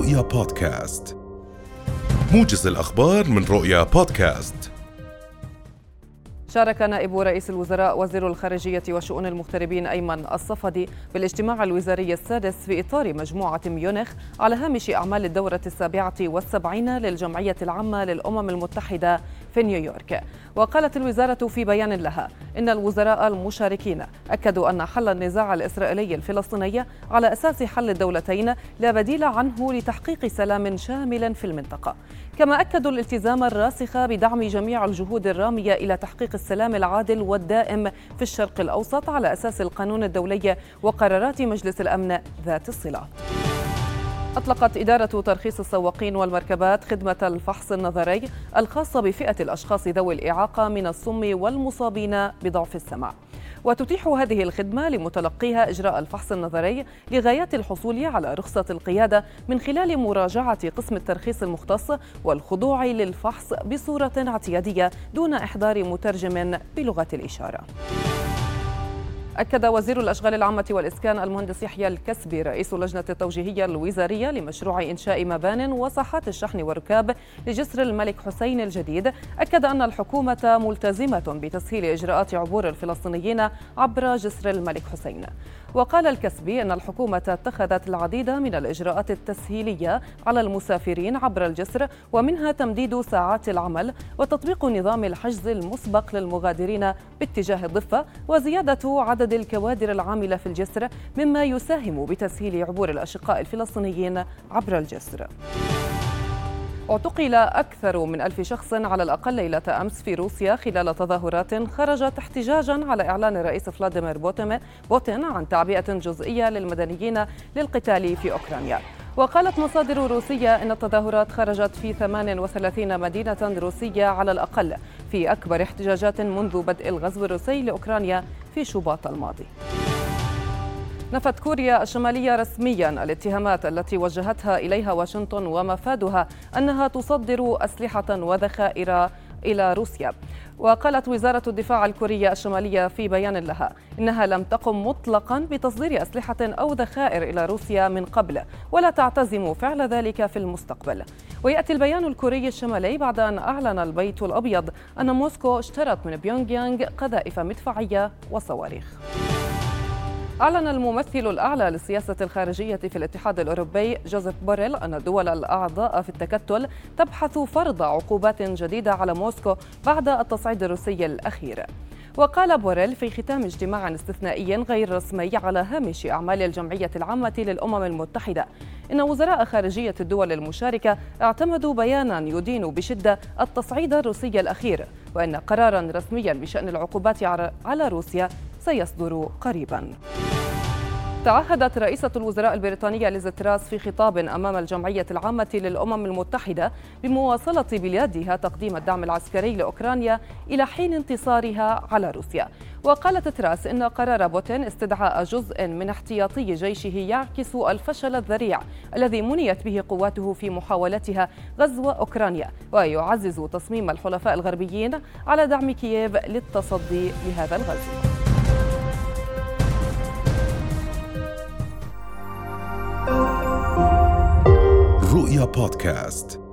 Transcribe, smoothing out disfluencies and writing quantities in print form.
رؤيا بودكاست، موجز الأخبار من رؤيا بودكاست. شارك نائب رئيس الوزراء وزير الخارجية وشؤون المغتربين أيمن الصفدي بالاجتماع الوزاري السادس في إطار مجموعة ميونخ على هامش أعمال الدورة 77 للجمعية العامة للأمم المتحدة في نيويورك. وقالت الوزارة في بيان لها إن الوزراء المشاركين أكدوا أن حل النزاع الإسرائيلي الفلسطيني على أساس حل الدولتين لا بديل عنه لتحقيق سلام شامل في المنطقة. كما أكدوا الالتزام الراسخ بدعم جميع الجهود الرامية إلى تحقيق السلام العادل والدائم في الشرق الأوسط على أساس القانون الدولي وقرارات مجلس الأمن ذات الصلة. أطلقت إدارة ترخيص السواقين والمركبات خدمة الفحص النظري الخاصة بفئة الأشخاص ذوي الإعاقة من الصم والمصابين بضعف السمع، وتتيح هذه الخدمة لمتلقيها إجراء الفحص النظري لغاية الحصول على رخصة القيادة من خلال مراجعة قسم الترخيص المختص والخضوع للفحص بصورة اعتيادية دون إحضار مترجم بلغة الإشارة. أكد وزير الأشغال العامة والإسكان المهندس يحيى الكسبي رئيس اللجنة التوجيهية الوزارية لمشروع إنشاء مبان وساحات الشحن والركاب لجسر الملك حسين الجديد، أكد أن الحكومة ملتزمة بتسهيل إجراءات عبور الفلسطينيين عبر جسر الملك حسين. وقال الكسبي أن الحكومة اتخذت العديد من الإجراءات التسهيلية على المسافرين عبر الجسر، ومنها تمديد ساعات العمل وتطبيق نظام الحجز المسبق للمغادرين باتجاه الضفة وزيادة عدد الكوادر العاملة في الجسر، مما يساهم بتسهيل عبور الأشقاء الفلسطينيين عبر الجسر. اعتقل أكثر من 1000 شخص على الأقل ليلة أمس في روسيا خلال تظاهرات خرجت احتجاجا على إعلان الرئيس فلاديمير بوتين عن تعبئة جزئية للمدنيين للقتال في أوكرانيا. وقالت مصادر روسية أن التظاهرات خرجت في 38 مدينة روسية على الأقل في أكبر احتجاجات منذ بدء الغزو الروسي لأوكرانيا في شباط الماضي. نفت كوريا الشمالية رسميا الاتهامات التي وجهتها إليها واشنطن ومفادها أنها تصدر أسلحة وذخائر إلى روسيا. وقالت وزارة الدفاع الكورية الشمالية في بيان لها إنها لم تقم مطلقا بتصدير أسلحة أو ذخائر إلى روسيا من قبل ولا تعتزم فعل ذلك في المستقبل. ويأتي البيان الكوري الشمالي بعد أن أعلن البيت الأبيض أن موسكو اشترت من بيونغ يانغ قذائف مدفعية وصواريخ. أعلن الممثل الأعلى للسياسة الخارجية في الاتحاد الأوروبي جوزيف بوريل أن الدول الأعضاء في التكتل تبحث فرض عقوبات جديدة على موسكو بعد التصعيد الروسي الأخير. وقال بوريل في ختام اجتماع استثنائي غير رسمي على هامش أعمال الجمعية العامة للأمم المتحدة إن وزراء خارجية الدول المشاركة اعتمدوا بيانا يدين بشدة التصعيد الروسي الأخير، وأن قرارا رسميا بشأن العقوبات على روسيا سيصدر قريبا. تعهدت رئيسة الوزراء البريطانية ليز تراس في خطاب أمام الجمعية العامة للأمم المتحدة بمواصلة بلادها تقديم الدعم العسكري لأوكرانيا إلى حين انتصارها على روسيا. وقالت تراس إن قرار بوتين استدعاء جزء من احتياطي جيشه يعكس الفشل الذريع الذي منيت به قواته في محاولتها غزو أوكرانيا، ويعزز تصميم الحلفاء الغربيين على دعم كييف للتصدي لهذا الغزو. رؤيا بودكاست.